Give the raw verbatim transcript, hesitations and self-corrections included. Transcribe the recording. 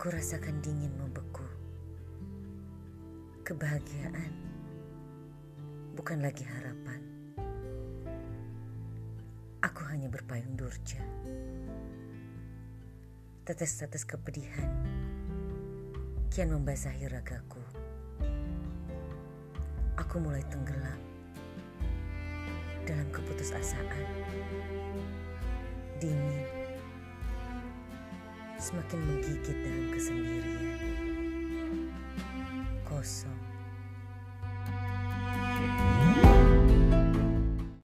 Aku rasakan dingin membeku. Kebahagiaan bukan lagi harapan. Aku hanya berpayung durja. Tetes-tetes kepedihan kian membasahi ragaku. Aku mulai tenggelam dalam keputusasaan. Dingin semakin menggigit dalam kesendirian. Kosong